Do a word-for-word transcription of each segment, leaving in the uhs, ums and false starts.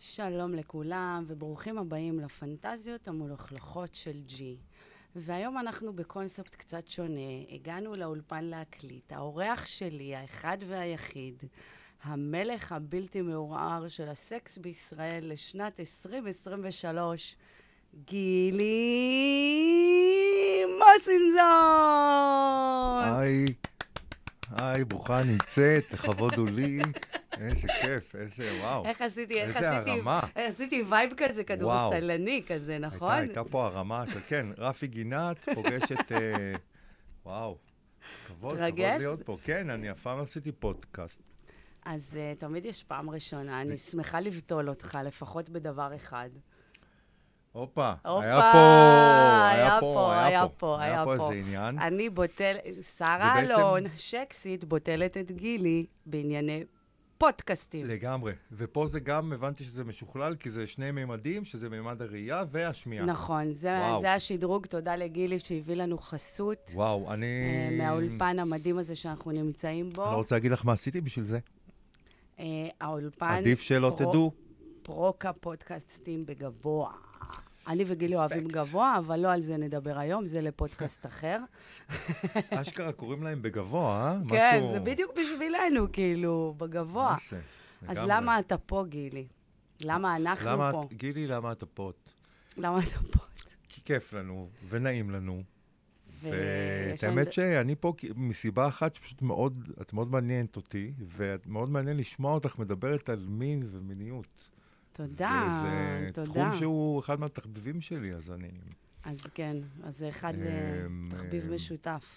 שלום לכולם וברוכים הבאים לפנטזיות המולוכלכות של ג'י. והיום אנחנו בקונספט קצת שונה, הגענו לאולפן להקליט. האורח שלי, האחד והיחיד, המלך הבלתי מעורער של הסקס בישראל לשנת עשרים עשרים ושלוש, גילי מוסינזון! היי, היי, ברוכה נמצאת, לכבוד הוא לי. איזה כיף, איזה וואו. איך עשיתי, איך איזה עשיתי, הרמה. איך עשיתי וייב כזה, כדורסלני כזה, נכון? הייתה, הייתה פה הרמה של, כן, רפי גינת פוגשת, אה, וואו, כבוד, כבוד להיות פה. כן, אני אף פעם עשיתי פודקאסט. אז uh, תמיד יש פעם ראשונה, אני שמחה לבטול אותך, לפחות בדבר אחד. הופה, הופה, היה פה, היה פה, היה פה, היה פה איזה עניין. אני בוטל, שרה בעצם- אלון, שקסית, בוטלת את גילי בענייני פודקאסטים. לגמרי, ופה זה גם, הבנתי שזה משוכלל, כי זה שני מימדים, שזה מימד הראייה והשמיעה. נכון, זה, וואו. זה השדרוג, תודה לגילי שהביא לנו חסות. וואו, אני... אה, מהאולפן המדהים הזה שאנחנו נמצאים בו. אני לא רוצה להגיד לך מה עשיתי בשביל זה. אה, האולפן... עדיף שלא פרו- תדעו. פרוקה פודקאסטים בגבוה. אני וגילי Respect. אוהבים גבוה, אבל לא על זה נדבר היום, זה לפודקאסט אחר. אשכרה קוראים להם בגבוה, אה? כן, משהו- זה בדיוק בשבילנו, כאילו, בגבוה. מה זה? אז לגמרי. למה אתה פה, גילי? למה אנחנו למה פה? את- גילי, למה אתה פה? למה אתה פה? כי כיף לנו, ונעים לנו. ואת ויש לנו- האמת שאני פה כי- מסיבה אחת שפשוט מאוד, את מאוד מעניינת אותי, ואת מאוד מעניין לשמוע אותך מדברת על מין ומיניות. תודה, וזה תודה. תחום שהוא אחד מהתחביבים שלי, אז אני... אז כן, אז זה אחד אה, אמ, תחביב אמ, משותף.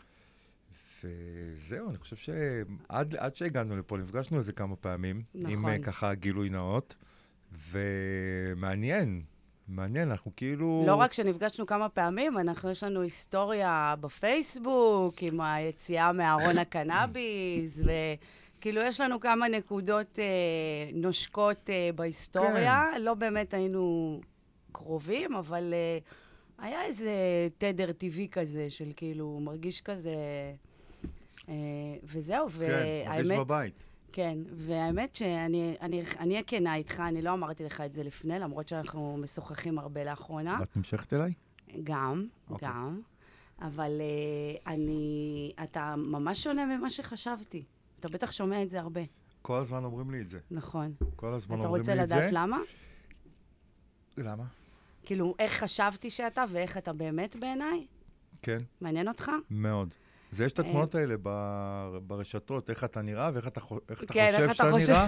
וזהו, אני חושב שעד עד שהגענו לפה, נפגשנו איזה כמה פעמים, עם נכון. אה, ככה גילוי נאות, ומעניין, מעניין, אנחנו כאילו... לא רק שנפגשנו כמה פעמים, אנחנו, יש לנו היסטוריה בפייסבוק, עם היציאה מארון הקנאביס, וכאילו יש לנו כמה נקודות אה, נושקות אה, בהיסטוריה. כן. לא באמת היינו קרובים, אבל אה, היה איזה תדר טבעי כזה, של כאילו, מרגיש כזה... אה, וזהו, כן, והאמת... מרגיש בבית. כן, והאמת שאני אני, אני אהיה כנה איתך, אני לא אמרתי לך את זה לפני, למרות שאנחנו משוחחים הרבה לאחרונה. את נמשכת אליי? גם, אוקיי. גם. אבל uh, אני... אתה ממש שונה ממה שחשבתי. אתה בטח שומע את זה הרבה. כל הזמן אומרים לי את זה. נכון. כל הזמן אתה אומרים רוצה לי את זה. לדעת למה? למה? כאילו, איך חשבתי שאתה ואיך אתה באמת בעיניי? כן, מעניין אותך? מאוד. זה יש את אה. התמונות האלה ב- ברשתות, איך אתה נראה ואיך אתה חו- איך אתה כן, חושב איך אתה שאתה חושב. נראה.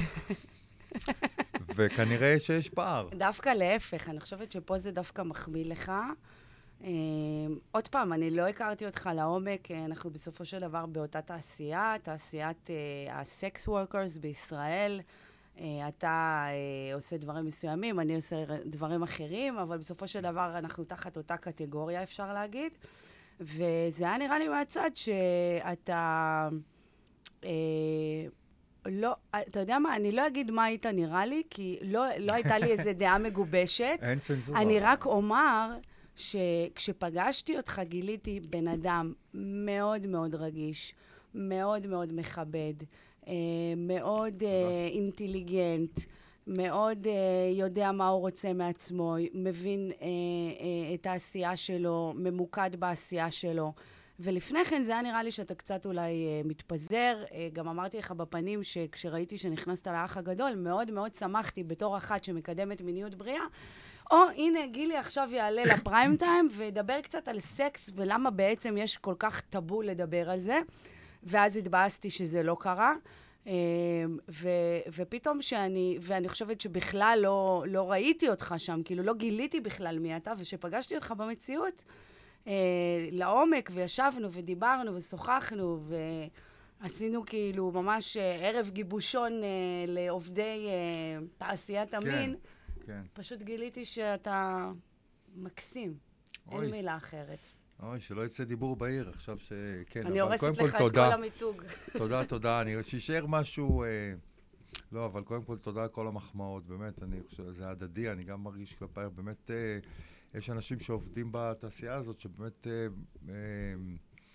וכנראה שיש פער. דווקא להפך, אני חושבת שפה זה דווקא מחמיא לך. אה, עוד פעם, אני לא הכרתי אותך לעומק, אה, אנחנו בסופו של דבר באותה תעשייה, תעשיית אה, הסקס וורקרס בישראל. אה, אתה אה, עושה דברים מסוימים, אני עושה דברים אחרים, אבל בסופו של דבר אנחנו תחת אותה קטגוריה, אפשר להגיד. וזה היה נראה לי מהצד שאתה... אה, לא, אתה יודע מה, אני לא אגיד מה היית נראה לי, כי לא, לא הייתה לי איזו דעה מגובשת. אין צנזורה. אני רק אומר שכשפגשתי אותך גיליתי בן אדם מאוד מאוד רגיש, מאוד מאוד מכבד, אה, מאוד אה, אינטליגנט, מאוד אה, יודע מה הוא רוצה מעצמו, מבין אה, אה, את העשייה שלו, ממוקד בעשייה שלו. ולפני כן זה היה נראה לי שאתה קצת אולי אה, מתפזר. אה, גם אמרתי לך בפנים שכשראיתי שנכנסת לאח הגדול, מאוד מאוד שמחתי בתור אחת שמקדמת מיניות בריאה. או, הנה, גילי עכשיו יעלה לפריים טיים וידבר קצת על סקס ולמה בעצם יש כל כך טאבו לדבר על זה. ואז התבאסתי שזה לא קרה. אה, ו, ופתאום שאני, ואני חושבת שבכלל לא, לא ראיתי אותך שם, כאילו לא גיליתי בכלל מי אתה, ושפגשתי אותך במציאות, אה, לעומק, וישבנו ודיברנו ושוחחנו, ועשינו כאילו ממש אה, ערב גיבושון אה, לעובדי אה, תעשיית המין. כן. פשוט גיליתי שאתה מקסים. אוי. אין מילה אחרת. אוי, שלא יצא דיבור בעיר, עכשיו ש... כן, אני אבל הורסת קודם לך כל את כל תודה. המיתוג. תודה, תודה. אני שישאר משהו... אה, לא, אבל קודם כל תודה על כל המחמאות, באמת, אני חושב, זה הדדי, אני גם מרגיש כלפי, באמת, אה, יש אנשים שעובדים בתעשייה הזאת, שבאמת אה, אה,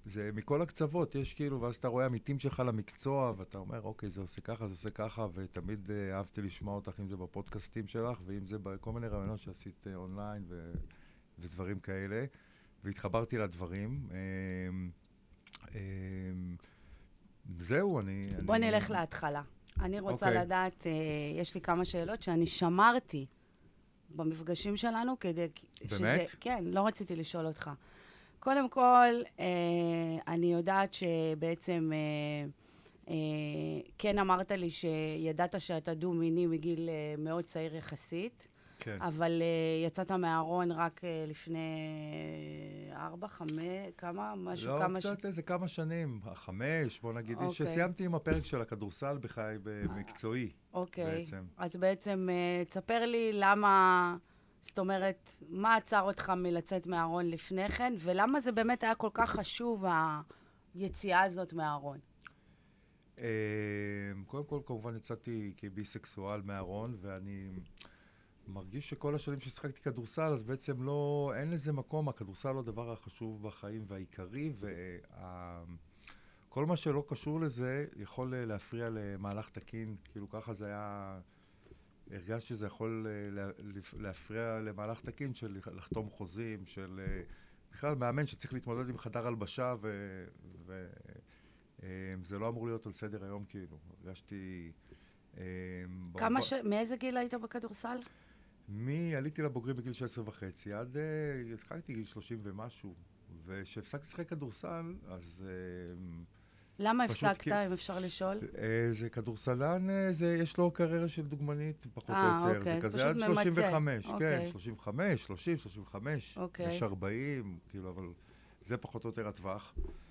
זה מכל הקצוות, יש כאילו, ואז אתה רואה עמיתים שלך למקצוע, ואתה אומר, אוקיי, זה עושה ככה, זה עושה ככה, ותמיד אה, אהבתי לשמוע אותך, אם זה בפודקאסטים שלך, ואם זה בכל מיני רעיונות שעשית אה, אונליין ו... ודברים כאלה, והתחברתי לדברים. אה, אה, זהו, אני... בוא אני... נלך להתחלה. אני רוצה אוקיי. לדעת, אה, יש לי כמה שאלות שאני שמרתי במפגשים שלנו, כדי שזה... באמת? כן, לא רציתי לשאול אותך. קודם כל, אה, אני יודעת שבעצם, אה, אה, כן אמרת לי שידעת שאתה דו-מיני מגיל אה, מאוד צעיר יחסית, כן. אבל אה, יצאת מהארון רק אה, לפני ארבע, חמש, כמה? משהו, לא, כמה... קצת איזה כמה שנים, חמש, בוא נגיד, אוקיי. שסיימתי עם הפרק של הכדורסל בחיי במקצועי, אוקיי. בעצם. אז בעצם, אה, תספר לי למה... זאת אומרת, מה עצר אותך מלצאת מהארון לפני כן, ולמה זה באמת היה כל כך חשוב, היציאה הזאת מהארון? קודם כל, כמובן, יצאתי כביסקסואל מהארון, ואני מרגיש שכל השנים ששחקתי כדורסל, אז בעצם לא, אין לזה מקום, הכדורסל הוא הדבר החשוב בחיים והעיקרי, וכל מה שלא קשור לזה יכול להפריע למהלך תקין, כאילו ככה זה היה... הרגש שזה יכול להפריע למהלך תקין של לחתום חוזים, של בכלל מאמן שצריך להתמודד עם חדר הלבשה, וזה לא אמור להיות על סדר היום, כאילו. הרגשתי... כמה ש... מאיזה גיל היית בכדורסל? מי עליתי לבוגרים בגיל שש עשרה וחצי, עד... שחקתי גיל שלושים ומשהו, וכשהפסקתי לשחק כדורסל, אז... למה הפסקת, אם אפשר לשאול? זה כדורסלן, יש לו קריירה של דוגמנית, פחות או יותר. אוקיי, זה כזה עד שלושים וחמש, כן, שלושים וחמש, שלושים, שלושים וחמש, יש ארבעים, כאילו, אבל זה פחות או יותר הטווח.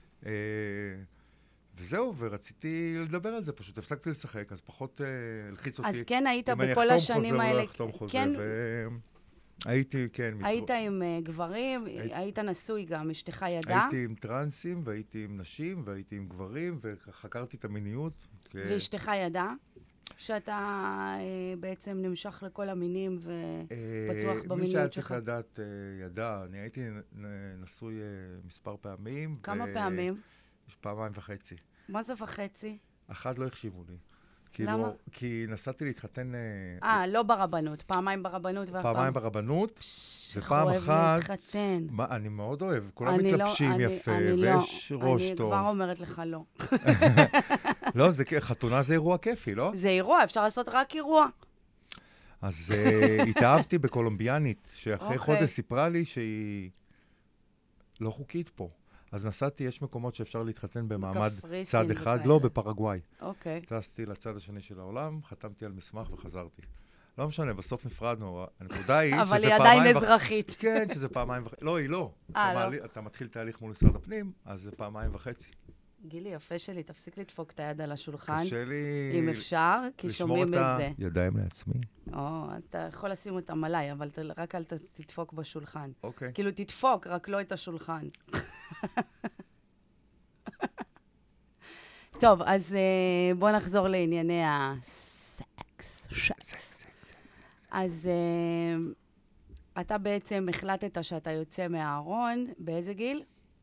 וזהו, ורציתי לדבר על זה, פשוט הפסקתי לשחק, אז פחות הלחיץ אותי. אז כן היית בכל השנים האלה, כן... הייתי, כן. היית עם גברים, היית נשוי גם, אשתך ידע? הייתי עם טרנסים, והייתי עם נשים, והייתי עם גברים, וחקרתי את המיניות. ואשתך ידע? שאתה בעצם נמשך לכל המינים ופתוח במיניות שלך? מי שהיה צריך לדעת ידע. אני הייתי נשוי מספר פעמים. כמה פעמים? פעמיים וחצי. מה זה וחצי? אחד לא החשיבו לי. למה? כי נסעתי להתחתן... אה, לא ברבנות, פעמיים ברבנות ואף פעם... פעמיים ברבנות, ופעם אחת... אוהב להתחתן. אני מאוד אוהב, כולם מתלבשים יפה, ויש ראש טוב. אני כבר אומרת לך לא. לא, חתונה זה אירוע כיפי, לא? זה אירוע, אפשר לעשות רק אירוע. אז התאהבתי בקולומביאנית, שאחרי חודש סיפרה לי שהיא לא חוקית פה. אז נסעתי, יש מקומות שאפשר להתחתן במעמד צד אחד, לא, בפרגוואי. אוקיי. טסתי לצד השני של העולם, חתמתי על מסמך וחזרתי. לא משנה, בסוף נפרדנו. הנקודה היא שזה פעמיים... אבל היא עדיין אזרחית. כן, שזה פעמיים וחצי. לא, היא לא. אה, לא. אתה מתחיל תהליך מול משרד הפנים, אז זה פעמיים וחצי. גילי, יפה שלי, תפסיק לדפוק את היד על השולחן. קשה לי... אם אפשר, כי שומעים את זה. לשמור את הידיים לעצמי. או, אז אתה יכול לשים אותם עליי, אבל רק אל תדפוק בשולחן. אוקיי. כאילו, תדפוק, רק לא את השולחן. טוב, אז בוא נחזור לענייני הסקס. שקס. אז אתה בעצם החלטת שאתה יוצא מהארון, באיזה גיל?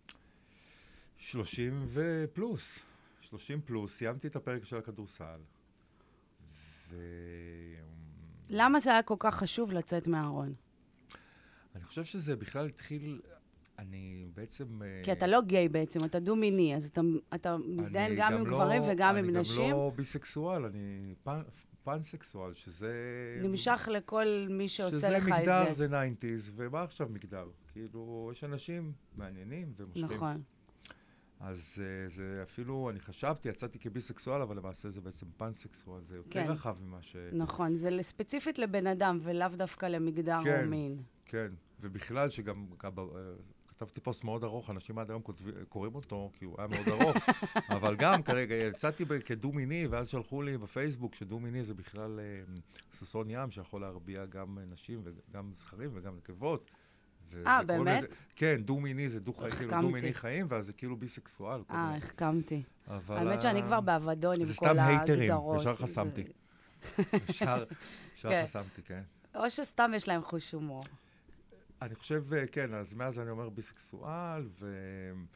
שלושים ופלוס. שלושים פלוס, סיימתי את הפרק של הכדורסל. ו... למה זה היה כל כך חשוב לצאת מהארון? אני חושב שזה בכלל התחיל... אני בעצם... כי אתה לא גיי בעצם, אתה דו-מיני, אז אתה, אתה מזדיין גם עם גברים לא, וגם עם נשים. אני גם לא ביסקסואל, אני פן, פנסקסואל, שזה... נמשך לכל מי שעושה לך מגדר, את זה. שזה מגדר, זה ניינטיז, ומה עכשיו מגדר? כאילו, יש אנשים מעניינים ומושכים. נכון. אז זה אפילו, אני חשבתי, יצאתי כביסקסואל, אבל למעשה זה בעצם פנסקסואל, זה יותר כן. רחב ממה ש... נכון, זה ספציפית לבן אדם, ולאו דווקא למגדר כן, או מין. כן, ובכלל שגם... כתבתי פוסט מאוד ארוך, אנשים עד היום קוראים אותו, כי הוא היה מאוד ארוך, אבל גם כרגע יצאתי כדו-מיני, ואז שלחו לי בפייסבוק שדו-מיני זה בכלל סוסון ים, שיכול להרביע גם נשים וגם זכרים וגם נקבות. אה, באמת? לזה, כן, דו-מיני זה דו-מיני חיים, ואז זה כאילו ביסקסואל. אה, החכמתי. אבל... האמת שאני כבר בעבדון עם כל ההגדרות. זה סתם הייטרים, ההגדרות. ישר חסמתי. ישר חסמתי, כן. או שסתם יש להם חוש הומור. אני חושב, כן, אז מאז אני אומר ביסקסואל,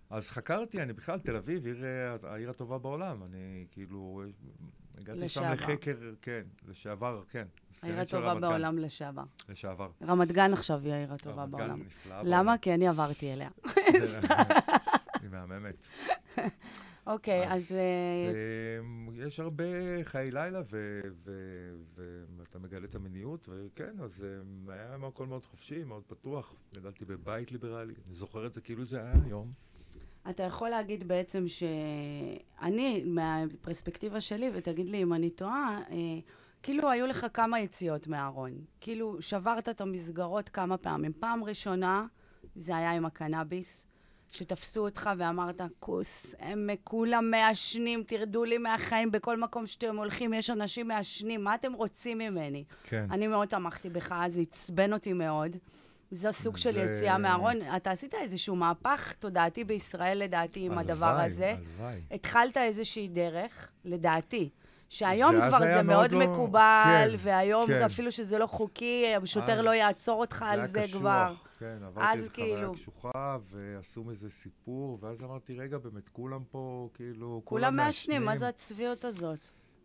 אז חקרתי, אני בכלל, תל אביב, עיר, העיר הטובה בעולם. אני כאילו, הגעתי שם לחקר, כן, לשעבר, כן. העיר הטובה בעולם לשעבר. לשעבר. רמת גן עכשיו היא העיר הטובה בעולם. רמת גן נפלאה. למה? כי אני עברתי אליה. היא מהממת. אוקיי, אז... יש הרבה חיי לילה, ואתה מגלה את המיניות, וכן, אז היה הכל מאוד חופשי, מאוד פתוח. גדלתי בבית ליברלי. אני זוכר את זה כאילו זה היה היום. אתה יכול להגיד בעצם שאני, מהפרספקטיבה שלי, ותגיד לי אם אני טועה, כאילו היו לך כמה יציאות מהארון. כאילו שברת את המסגרות כמה פעמים. פעם ראשונה זה היה עם הקנאביס, שתפסו אותך ואמרת, כוס, הם כולם מעשנים, תרדו לי מהחיים, בכל מקום שאתם הולכים, יש אנשים מעשנים, מה אתם רוצים ממני? כן. אני מאוד תמכתי בך, אז הצבן אותי מאוד. זה סוג של יציאה מהארון. אתה עשית איזשהו מהפך תודעתי בישראל, לדעתי, עם הדבר הזה. הלוואי. התחלת איזושהי דרך, לדעתי. שהיום כבר זה מאוד מקובל, והיום אפילו שזה לא חוקי, שוטר לא יעצור אותך על זה כבר. כן, עברתי את חוויה קשוחה, ועשו מזה סיפור, ואז אמרתי, רגע, באמת, כולם פה, כאילו, כולם מעשנים, מה זה הצביעות הזאת?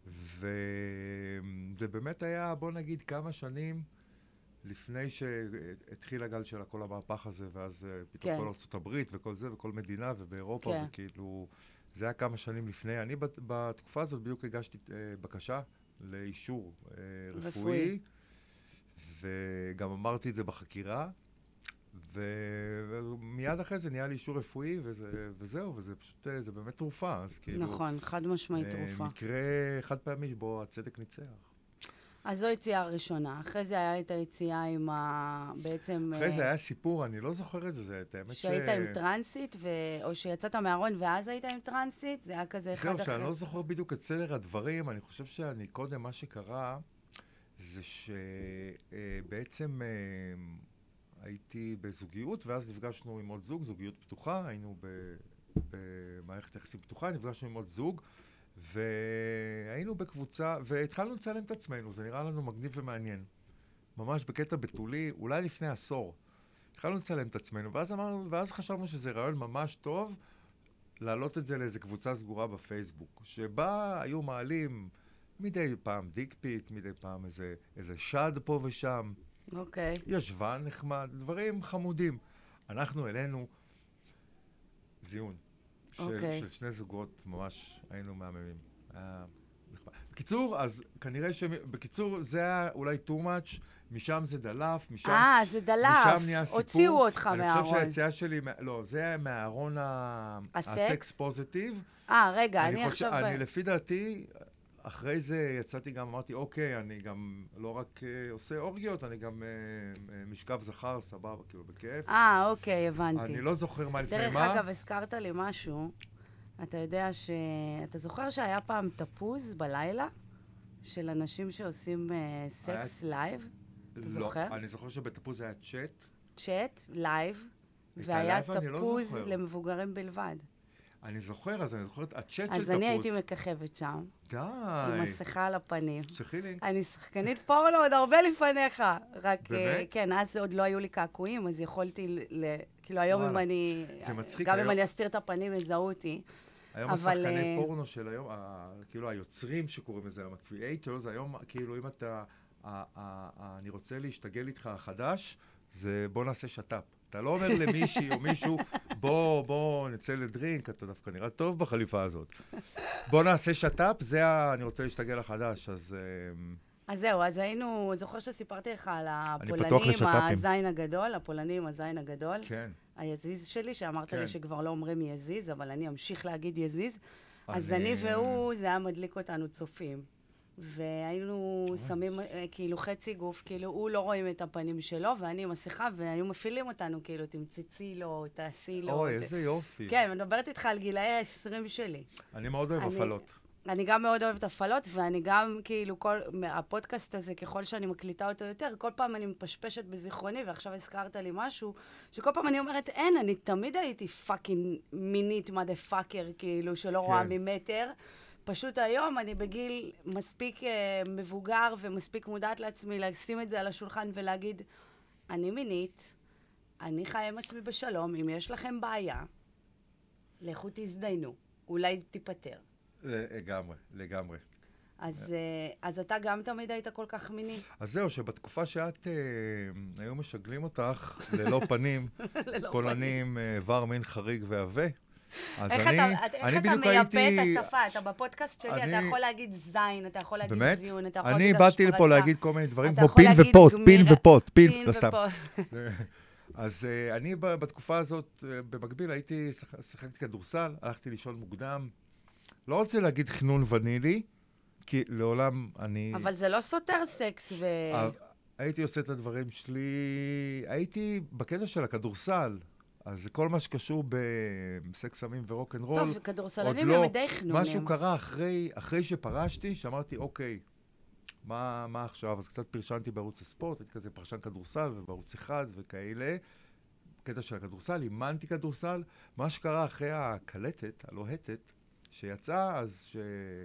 וזה באמת היה, בוא נגיד, כמה שנים לפני שהתחיל הגל של כל המהפך הזה, ואז פתאום כל ארצות הברית, וכל זה, וכל מדינה, ובאירופה, וכאילו, זה היה כמה שנים לפני. אני בתקופה הזאת בדיוק הגשתי בקשה לאישור רפואי, וגם אמרתי את זה בחקירה, ומיד אחרי זה נהיה לי אישור רפואי, וזהו, וזה פשוט, זה באמת תרופה, אז כאילו... נכון, חד משמעית תרופה. מקרה חד פעמי שבו הצדק ניצח. אז זו יציאה הראשונה. אחרי זה היה את היציאה עם ה... בעצם... אחרי זה היה סיפור, אני לא זוכר את זה, זה את האמת ש... שהיית עם טרנסית, או שיצאת מהארון ואז היית עם טרנסית, זה היה כזה אחד אחר. זהו, שאני לא זוכר בדיוק את סדר הדברים, אני חושב שאני קודם, מה שקרה, זה שבעצם הייתי בזוגיות, ואז נפגשנו עם עוד זוג, זוגיות פתוחה, היינו במערכת יחסים פתוחה, נפגשנו עם עוד זוג, והיינו בקבוצה, והתחלנו לצלם את עצמנו, זה נראה לנו מגניב ומעניין. ממש בקטע בתולי, אולי לפני עשור. התחלנו לצלם את עצמנו, ואז אמרנו, ואז חשבנו שזה רעיון ממש טוב, להעלות את זה לאיזו קבוצה סגורה בפייסבוק, שבה היו מעלים מדי פעם דיק פיק, מדי פעם איזה, איזה שד פה ושם. אוקיי. Okay. ישבן נחמד, דברים חמודים. אנחנו אלינו זיון. של, okay. של שני זוגות ממש היינו מהממים. היה נחמד. בקיצור, אז כנראה שבקיצור זה היה אולי too much, משם זה דלף, משם... אה, זה דלף. משם נהיה סיפור. הוציאו אותך מהארון. אני חושב שהיציאה שלי, לא, זה היה מהארון הסקס פוזיטיב. אה, רגע, אני עכשיו... אני לפי דעתי, אחרי זה יצאתי גם, אמרתי, אוקיי, אני גם לא רק עושה אורגיות, אני גם משכב זכר, סבבה, כאילו, בכיף. אה, אוקיי, הבנתי. אני לא זוכר מה לפני מה. דרך אגב, הזכרת לי משהו. אתה יודע ש... אתה זוכר שהיה פעם תפוז בלילה של אנשים שעושים סקס לייב? אתה זוכר? לא, אני זוכר שבתפוז היה צ'אט. צ'אט, לייב, והיה תפוז למבוגרים בלבד. אני זוכר, אז אני זוכרת, הצ'אט של תפוז. אז אני הייתי מככבת שם. די. עם מסכה על הפנים. שכי לי. אני שחקנית פורנו עוד הרבה לפניך. רק, באמת? כן, אז עוד לא היו לי קעקועים, אז יכולתי, כאילו היום אם אני... זה מצחיק. גם אם אני אסתיר את הפנים, יזהו אותי. היום השחקני פורנו של היום, כאילו היוצרים שקוראים לזה, הקריאייטורס, היום, כאילו אם אתה, אני רוצה להשתגל איתך החדש, זה בוא נעשה שטאפ. אתה לא אומר למישהי או מישהו, בוא, בוא נצא לדרינק, אתה דווקא נראה טוב בחליפה הזאת. בוא נעשה שטאפ, זה ה... אני רוצה להשתגל החדש, אז... אז זהו, אז היינו, זוכר שסיפרתי לך על הפולנים, הזין הגדול, הפולנים, הזין הגדול. כן. היזיז שלי, שאמרת לי שכבר לא אומרים יזיז, אבל אני אמשיך להגיד יזיז. אז אני והוא, זה היה מדליק אותנו צופים. והיינו שמים כאילו חצי גוף, כאילו הוא לא רואים את הפנים שלו, ואני עם מסכה, והיו מפעילים אותנו, כאילו, תמצצי לו, תעשי לו. אוי, איזה יופי. כן, אני מדברת איתך על גילאי ה-עשרים שלי. אני מאוד אוהב הפעלות. אני גם מאוד אוהבת הפעלות, ואני גם, כאילו, כל, הפודקאסט הזה, ככל שאני מקליטה אותו יותר, כל פעם אני מפשפשת בזיכרוני, ועכשיו הזכרת לי משהו, שכל פעם אני אומרת, אין, אני תמיד הייתי פאקינג מינית מדה פאקר, כאילו, שלא רואה ממטר. פשוט היום אני בגיל מספיק uh, מבוגר ומספיק מודעת לעצמי לשים את זה על השולחן ולהגיד, אני מינית, אני חיה עם עצמי בשלום, אם יש לכם בעיה, לכו תזדיינו, אולי תיפטר. לגמרי, לגמרי. אז, אז אתה גם תמיד היית כל כך מיני? אז זהו, שבתקופה שאת, היו משגלים אותך ללא פנים, פולנים, איבר מין חריג והווה, אז איך אני, אתה, אני איך אתה בדיוק מייפה הייתי... את השפה? אתה בפודקאסט שלי, אני... אתה יכול להגיד זין, אתה יכול להגיד באמת? זיון, אתה יכול אני להגיד השפרצה. באתי לפה להגיד כל מיני דברים, אתה כמו יכול פין להגיד ופוט, גמיר- פין ופוט, פין, פין לא סתם. ופוט. אז uh, אני ב- בתקופה הזאת, uh, במקביל, הייתי, שח- שיחקתי כדורסל, הלכתי לישון מוקדם. לא רוצה להגיד חנון ונילי, כי לעולם אני... אבל זה לא סותר סקס ו... אה, הייתי עושה את הדברים שלי, הייתי בקטע של הכדורסל, אז כל מה שקשור בסקס סמים ורוק'נ'רול, טוב, כדורסלנים הם די חנונים. משהו קרה אחרי, אחרי שפרשתי, שאמרתי, אוקיי, מה, מה עכשיו? אז קצת פרשנתי בערוץ הספורט, הייתי כזה פרשן כדורסל ובערוץ אחד וכאלה. קטע של הכדורסל, אימנתי כדורסל. מה שקרה אחרי הקלטת, הלוהטת, שיצאה, אז ש...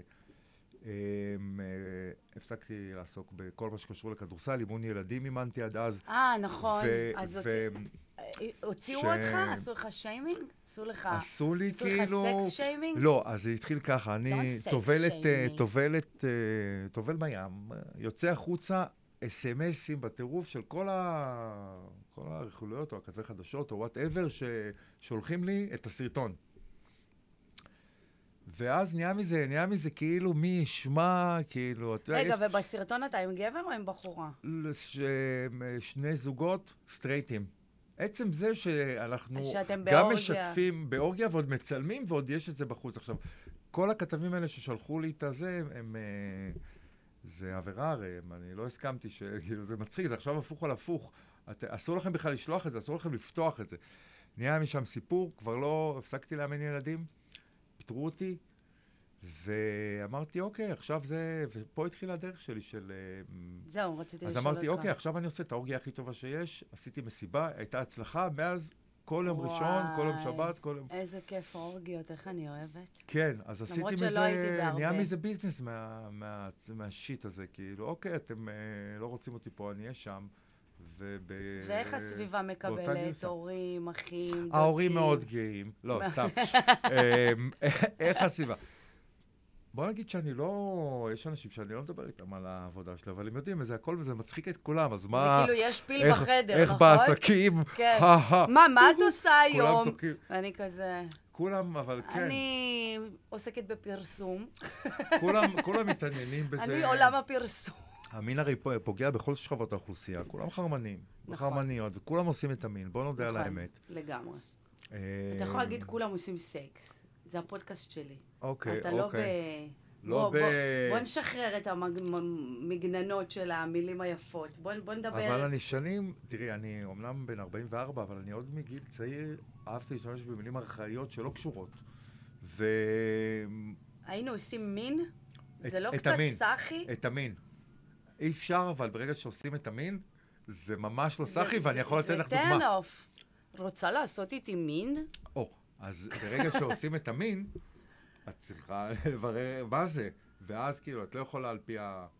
הפסקתי לעסוק בכל מה שקשור לכדורסל, אימון ילדים אימנתי עד אז. אה, נכון. אז הוציאו אותך? עשו לך שיימינג? עשו לך... עשו לי כאילו... עשו לך סקס שיימינג? לא, אז זה התחיל ככה, אני טובלת, טובלת, טובל בים, יוצא החוצה אס-אם-אסים בטירוף של כל ה... כל הרכילויות או הכתבי חדשות או וואט-אבר ששולחים לי את הסרטון. ואז נהיה מזה, נהיה מזה כאילו מי ישמע, כאילו... רגע, יש... ובסרטון אתה עם גבר או עם בחורה? ש... שני זוגות סטרייטים. עצם זה שאנחנו גם באורגיה. משתפים באורגיה ועוד מצלמים ועוד יש את זה בחוץ. עכשיו, כל הכתבים האלה ששלחו לי את הזה, הם... זה עבירה הרי, אני לא הסכמתי שכאילו זה מצחיק, זה עכשיו הפוך על הפוך. את... אסור לכם בכלל לשלוח את זה, אסור לכם לפתוח את זה. נהיה משם סיפור, כבר לא הפסקתי לאמן ילדים. פיתרו אותי, ואמרתי, אוקיי, עכשיו זה... ופה התחילה הדרך שלי של... זהו, רציתי לשאול אותך. אז אמרתי, אוקיי, עכשיו אני עושה את האורגיה הכי טובה שיש, עשיתי מסיבה, הייתה הצלחה, מאז כל יום ראשון, כל יום שבת, כל יום... איזה כיף האורגיות, איך אני אוהבת. כן, אז עשיתי מזה... למרות שלא הייתי בהרבה. נהיה מזה ביזנס מהשיט הזה, כאילו, אוקיי, אתם לא רוצים אותי פה, אני אהיה שם. וב... ואיך הסביבה מקבלת? הורים, אחים, דודים? ההורים מאוד גאים. לא, סתם. איך הסביבה? בוא נגיד שאני לא... יש אנשים שאני לא מדבר איתם על העבודה שלי, אבל הם יודעים, זה הכל, וזה מצחיק את כולם, אז מה... זה כאילו יש פיל בחדר, איך נכון? בעסקים? כן. מה, מה את עושה היום? כולם צוחקים. ואני כזה... כולם, אבל כן. אני עוסקת בפרסום. כולם מתעניינים בזה. אני עולם הפרסום. המין הרי פוגע בכל שכבות האוכלוסייה, כולם חרמנים, חרמניות, וכולם עושים את המין, בוא נודה על האמת. לגמרי. אתה יכול להגיד כולם עושים סקס, זה הפודקאסט שלי. אוקיי, אתה לא ב... לא ב... בוא נשחרר את המגננות של המילים היפות, בוא נדבר... אבל אני שנים, תראי, אני אומנם בן ארבעים וארבע, אבל אני עוד מגיל צעיר, אהבתי להשתמש במילים ארכאיות שלא קשורות. ו... היינו עושים מין? זה לא קצת סחי? את המין. אי אפשר, אבל ברגע שעושים את המין, זה ממש לא סחי, ואני יכול לתת לך דוגמה. זה טרן-אוף. רוצה לעשות איתי מין? או, אז ברגע שעושים את המין, את צריכה לברר מה זה, ואז כאילו, את לא יכולה על פי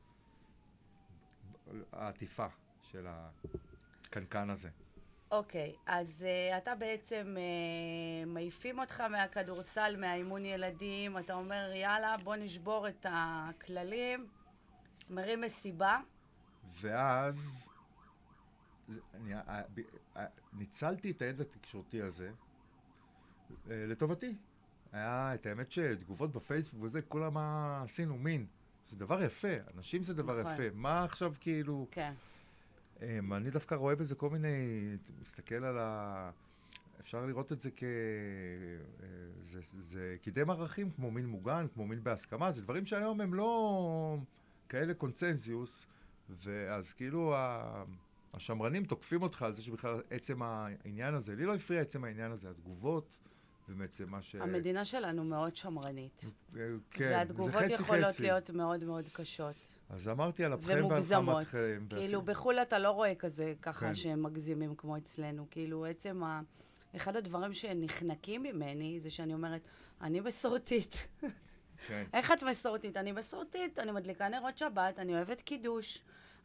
העטיפה של הקנקן הזה. אוקיי, אז אתה בעצם מעיפים אותך מהכדורסל, מהאימון ילדים, אתה אומר, יאללה, בוא נשבור את הכללים. מרים מסיבה. ואז אני, ניצלתי את הידע התקשורתי הזה לטובתי. היה את האמת שתגובות בפייסבוק וזה, כולה מה עשינו, מין. זה דבר יפה, אנשים זה דבר יפה. מה עכשיו כאילו... כן. אני דווקא רואה בזה כל מיני... מסתכל על ה... אפשר לראות את זה כ... זה, זה קידם ערכים כמו מין מוגן, כמו מין בהסכמה. זה דברים שהיום הם לא... כאלה קונצנזיוס, ואז כאילו השמרנים תוקפים אותך על זה שבכלל עצם העניין הזה, לי לא הפריע עצם העניין הזה, התגובות, ובעצם מה ש... המדינה שלנו מאוד שמרנית. כן, והתגובות יכולות להיות מאוד מאוד קשות. אז אמרתי על אפכם ועל חמתכם. כאילו בחול אתה לא רואה כזה ככה שהם מגזימים כמו אצלנו, כאילו עצם ה... אחד הדברים שנחנקים ממני זה שאני אומרת, אני מסורתית. איך את מסורתית? אני מסורתית, אני מדליקה נרות שבת, אני אוהבת קידוש,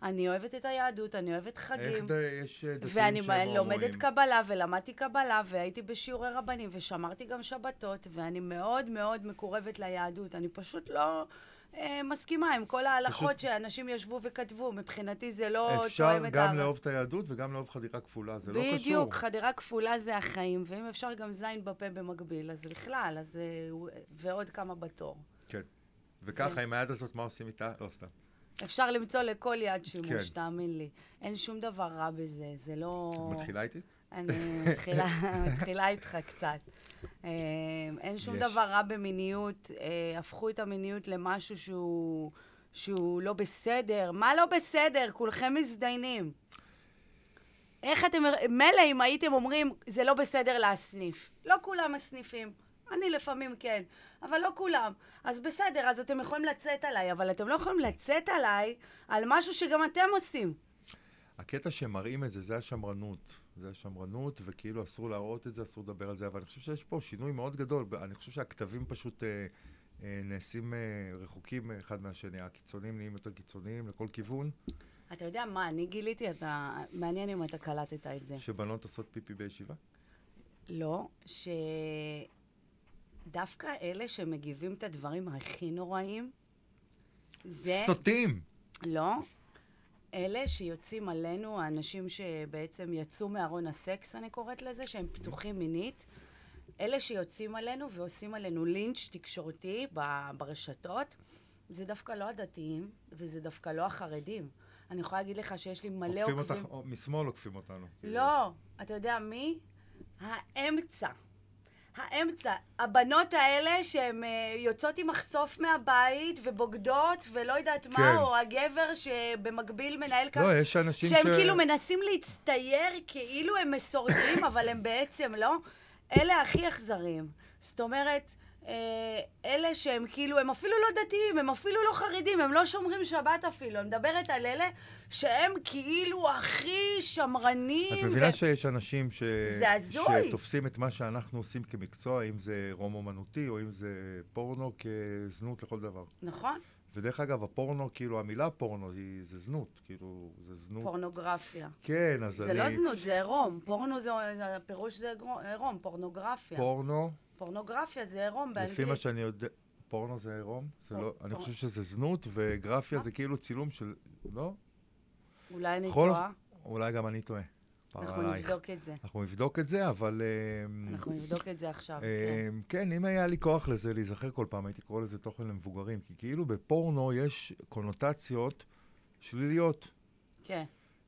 אני אוהבת את היהדות, אני אוהבת חגים. איך ד... יש דתיים ואני שהם לומדת הומואים? קבלה, ולמדתי קבלה, והייתי בשיעורי רבנים, ושמרתי גם שבתות, ואני מאוד מאוד מקורבת ליהדות. אני פשוט לא אה, מסכימה עם כל ההלכות פשוט... שאנשים ישבו וכתבו. מבחינתי זה לא תואם את אפשר הערב. גם לאהוב את היהדות וגם לאהוב חדירה כפולה, זה לא קשור. בדיוק, חדירה כפולה זה החיים, ואם אפשר גם זין בפה במקביל, אז בכלל, אז, אה, ועוד כמה בתור. כן. וככה, זה... עם היד הזאת, מה עושים איתה? לא סתם. אפשר למצוא לכל יד שימוש, כן. תאמין לי. אין שום דבר רע בזה, זה לא... מתחילה איתי? אני מתחילה, מתחילה איתך קצת. אין שום יש. דבר רע במיניות, הפכו את המיניות למשהו שהוא, שהוא לא בסדר. מה לא בסדר? כולכם מזדיינים. איך אתם... מלא אם הייתם אומרים, זה לא בסדר להסניף. לא כולם מסניפים. אני לפעמים כן, אבל לא כולם. אז בסדר, אז אתם יכולים לצאת עליי, אבל אתם לא יכולים לצאת עליי על משהו שגם אתם עושים. הקטע שמראים את זה, זה השמרנות. זה השמרנות, וכאילו אסור להראות את זה, אסור לדבר על זה, אבל אני חושב שיש פה שינוי מאוד גדול. אני חושב שהכתבים פשוט אה, אה, נעשים אה, רחוקים אחד מהשני. הקיצונים נהיים יותר קיצוניים לכל כיוון. אתה יודע מה, אני גיליתי, אתה... מעניין אם אתה קלטת את זה. שבנות עושות פיפי בישיבה? לא, שדווקא אלה שמגיבים את הדברים הכי נוראים, זה... סוטים! לא. אלה שיוצאים עלינו, האנשים שבעצם יצאו מארון הסקס, אני קוראת לזה, שהם פתוחים מינית, אלה שיוצאים עלינו ועושים עלינו לינץ' תקשורתי ברשתות, זה דווקא לא הדתיים, וזה דווקא לא החרדים. אני יכולה להגיד לך שיש לי מלא עוקבים... עוקפים אותך, משמאל עוקפים אותנו. לא, אתה יודע מי? האמצע. האמצע. הבנות האלה שהן uh, יוצאות עם מחשוף מהבית ובוגדות ולא יודעת מה, כן. או הגבר שבמקביל מנהל כאן... לא, יש אנשים שהם ש... כאילו מנסים להצטייר כאילו הם מסורתיים, אבל הם בעצם לא. אלה הכי אכזריים. זאת אומרת, אה, אלה שהם כאילו, הם אפילו לא דתיים, הם אפילו לא חרדים, הם לא שומרים שבת אפילו. אני מדברת על אלה שהם כאילו הכי שמרנים. את מבינה ו... שיש אנשים ש... שתופסים את מה שאנחנו עושים כמקצוע, אם זה רום אומנותי או אם זה פורנו כזנות לכל דבר. נכון. ודרך אגב, הפורנו, כאילו, המילה פורנו היא, זה זנות, כאילו, זה זנות. פורנוגרפיה. כן, אז זה אני... זה לא זנות, זה עירום. פורנו זה, הפירוש זה עירום, פורנוגרפיה. פורנו? פורנוגרפיה זה עירום באנגלית. לפי מה שאני יודע, פורנו זה עירום? זה לא, אני חושב שזה זנות, וגרפיה זה כאילו צילום של, לא? אולי אני טועה. אולי גם אני טועה. אנחנו נבדוק את זה. אנחנו נבדוק את זה, אבל... אנחנו נבדוק את זה עכשיו, כן. כן, אם היה לי כוח לזה, להיזכר כל פעם, הייתי קורא לזה תוכן למבוגרים, כי כאילו בפורנו יש קונוטציות שליליות. כן.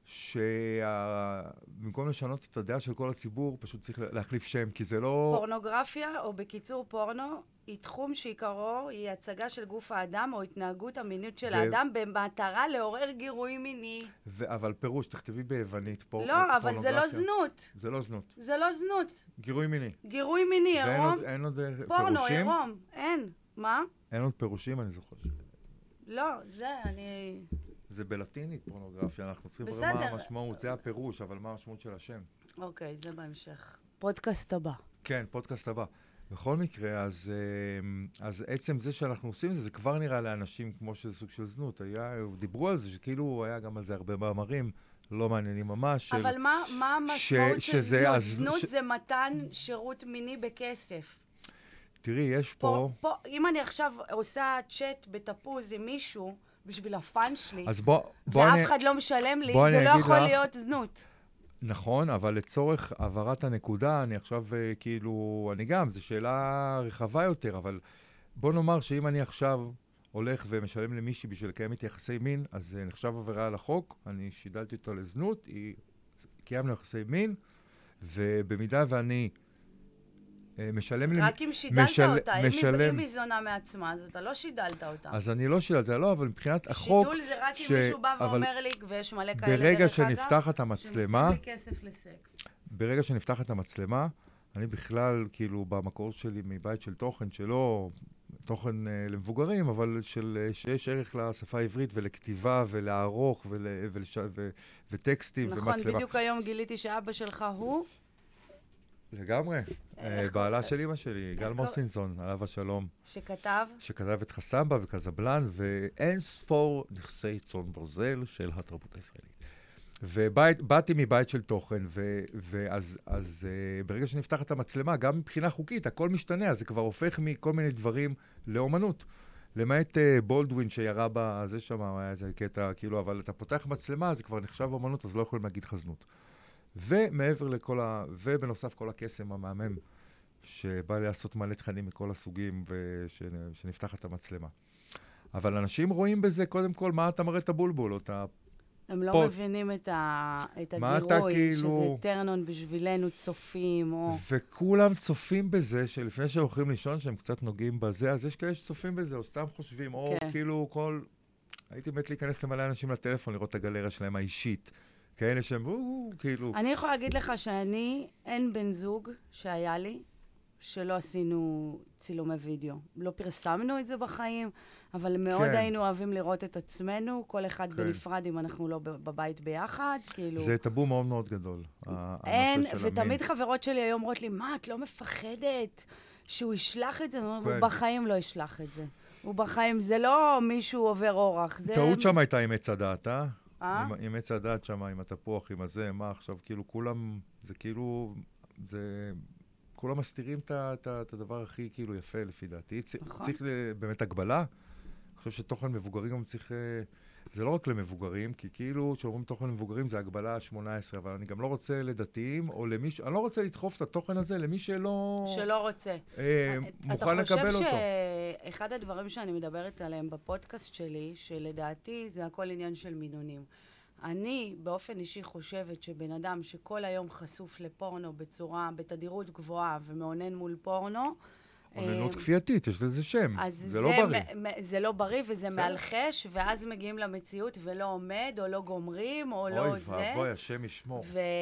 שבמקום לשנות את הדעה של כל הציבור, פשוט צריך להחליף שם, כי זה לא... פורנוגרפיה, או בקיצור פורנו, היא תחום שעיקרו היא הצגה של גוף האדם או התנהגות המינית של ו... האדם במטרה לעורר גירוי מיני. ו... אבל פירוש, תכתבי ביוונית פור... לא, פורנוגרפיה. אבל זה לא זנות. זה לא זנות. זה לא זנות. גירוי מיני. גירוי מיני, עירום. ואין עוד פירושים? פורנו, עירום. אין. מה? אין עוד פירושים, אני זוכר. לא, זה, אני... זה בלטינית פורנוגרפיה, אנחנו צריכים לראות מה המשמעות, זה הפירוש, אבל מה המשמעות של השם. אוקיי, זה בהמשך. פודקאסט הבא. כן, פודקאסט הבא. בכל מקרה, אז, אז עצם זה שאנחנו עושים זה, זה כבר נראה לאנשים כמו שזה סוג של זנות. היה, דיברו על זה, שכאילו היה גם על זה הרבה מאמרים, לא מעניינים ממש. אבל של, מה, מה המשמעות ש, של זנות? אז, זנות ש... זה מתן שירות מיני בכסף. תראי, יש פה... פה, פה... אם אני עכשיו עושה צ'אט בתפוז עם מישהו, בשביל הפאן שלי, בוא, בוא ואף אני, אחד לא משלם לי, זה לא יכול לך, להיות זנות. נכון, אבל לצורך העברת הנקודה, אני עכשיו כאילו, אני גם, זו שאלה רחבה יותר, אבל בוא נאמר שאם אני עכשיו הולך ומשלם למישהי בשביל לקיים איתי יחסי מין, אז זה נחשב עבירה על החוק, אני שידלתי אותו לזנות, היא קיימנו יחסי מין, ובמידה ואני... משלם לי... רק אם שידלת משל... אותה, משלם... אם היא זונה מעצמה, אז אתה לא שידלת אותה. אז אני לא שידלתי, לא, אבל מבחינת החוק... שידול זה רק ש... אם מישהו בא ואומר לי, ויש מלא כאלה ברגע שנפתחת המצלמה... שמוצאים לי כסף לסקס. ברגע שנפתחת המצלמה, אני בכלל, כאילו, במקור שלי, מבית של תוכן שלו, תוכן אה, למבוגרים, אבל של, שיש ערך לשפה העברית ולכתיבה ולערוך ול, ולש... ו... וטקסטים נכון, ומצלמה. נכון, בדיוק היום גיליתי שאבא שלך הוא... לגמרי. בעלה של אמא שלי, גל מוסינסון, עליו השלום. שכתב? שכתב את חסמבה וקזבלן, ואין ספור נכסי צאן ברזל של התרבות הישראלית. ובאתי מבית של תוכן, ואז אז, ברגע שנפתח את המצלמה, גם מבחינה חוקית, הכל משתנה, אז זה כבר הופך מכל מיני דברים לאומנות. למעט בולדווין שירה בזה שם, היה איזה קטע, כאילו, אבל אתה פותח מצלמה, זה כבר נחשב אומנות, אז לא יכולים להגיד חזנות. ומעבר לכל ה... ובנוסף כל הקסם המהמם, שבא לעשות מלא תכנים מכל הסוגים, ושנפתח את המצלמה. אבל אנשים רואים בזה, קודם כל, מה אתה מראה את הבולבול, או את ה... הם לא פות. מבינים את, ה... את מה הגירוי, אתה, כאילו... שזה טרנון בשבילנו צופים, או... וכולם צופים בזה, שלפני שהולכים לישון, שהם קצת נוגעים בזה, אז יש כאלה שצופים בזה, או סתם חושבים, או כן. כאילו כל... הייתי מת להיכנס למלא אנשים לטלפון, לראות את הגלריה שלהם האישית. כאלה שהם, או, כאילו... אני יכולה להגיד לך שאני, אין בן זוג שהיה לי, שלא עשינו צילומי וידאו. לא פרסמנו את זה בחיים, אבל מאוד כן. היינו אוהבים לראות את עצמנו, כל אחד כן. בנפרד אם אנחנו לא בבית ביחד, כאילו... זה טאבו מאוד מאוד גדול. אין, ותמיד חברות שלי היום אומרות לי, מה, את לא מפחדת שהוא ישלח את זה? הוא בחיים לא ישלח את זה. הוא בחיים, זה לא מישהו עובר אורח, זה... טעות שם הייתה עם עץ הדת, אה? אה? עם עץ הדת שם, עם התפוח, עם הזה, מה עכשיו, כאילו כולם, זה כאילו, זה... כולם מסתירים את הדבר הכי כאילו יפה לפי דעתי. צריך באמת הגבלה. אני חושב שתוכן מבוגרים גם צריך... זה לא רק למבוגרים, כי כאילו כשאומרים תוכן מבוגרים זה הגבלה שמונה עשרה, אבל אני גם לא רוצה לדתיים, או למי ש... אני לא רוצה לדחוף את התוכן הזה למי שלא... שלא רוצה. אה, מוכן לקבל אותו. אתה חושב שאחד הדברים שאני מדברת עליהם בפודקאסט שלי, שלדעתי זה הכל עניין של מינונים. אני באופן אישי חושבת שבן אדם שכל היום חשוף לפורנו בצורה, בתדירות גבוהה ומעונן מול פורנו, עוננות כפייתית, יש לזה שם, זה לא בריא. זה לא בריא וזה מאלחש, ואז מגיעים למציאות ולא עומד, או לא גומרים, או לא זה. אוי ואבוי, השם ישמור.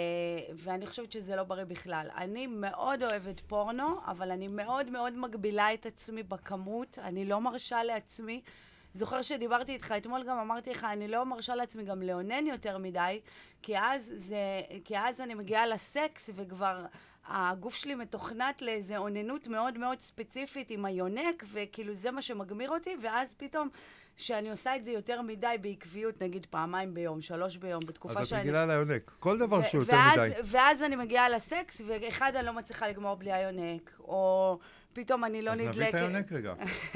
ואני חושבת שזה לא בריא בכלל. אני מאוד אוהבת פורנו, אבל אני מאוד מאוד מגבילה את עצמי בכמות, אני לא מרשה לעצמי. זוכר שדיברתי איתך, אתמול גם אמרתי לך, אני לא מרשה לעצמי גם לאונן יותר מדי, כי אז, זה, כי אז אני מגיעה לסקס וכבר הגוף שלי מתוכנת לאיזו אוננות מאוד מאוד ספציפית עם היונק, וכאילו זה מה שמגמיר אותי, ואז פתאום שאני עושה את זה יותר מדי בעקביות, נגיד פעמיים ביום, שלוש ביום, בתקופה שאני... אז את מגילה ליונק, כל דבר שהוא יותר מדי. ואז אני מגיעה לסקס, ואחד אני לא מצליחה לגמור בלי היונק, או... פתאום אני לא נדלקת. אז נביא את היונק רגע.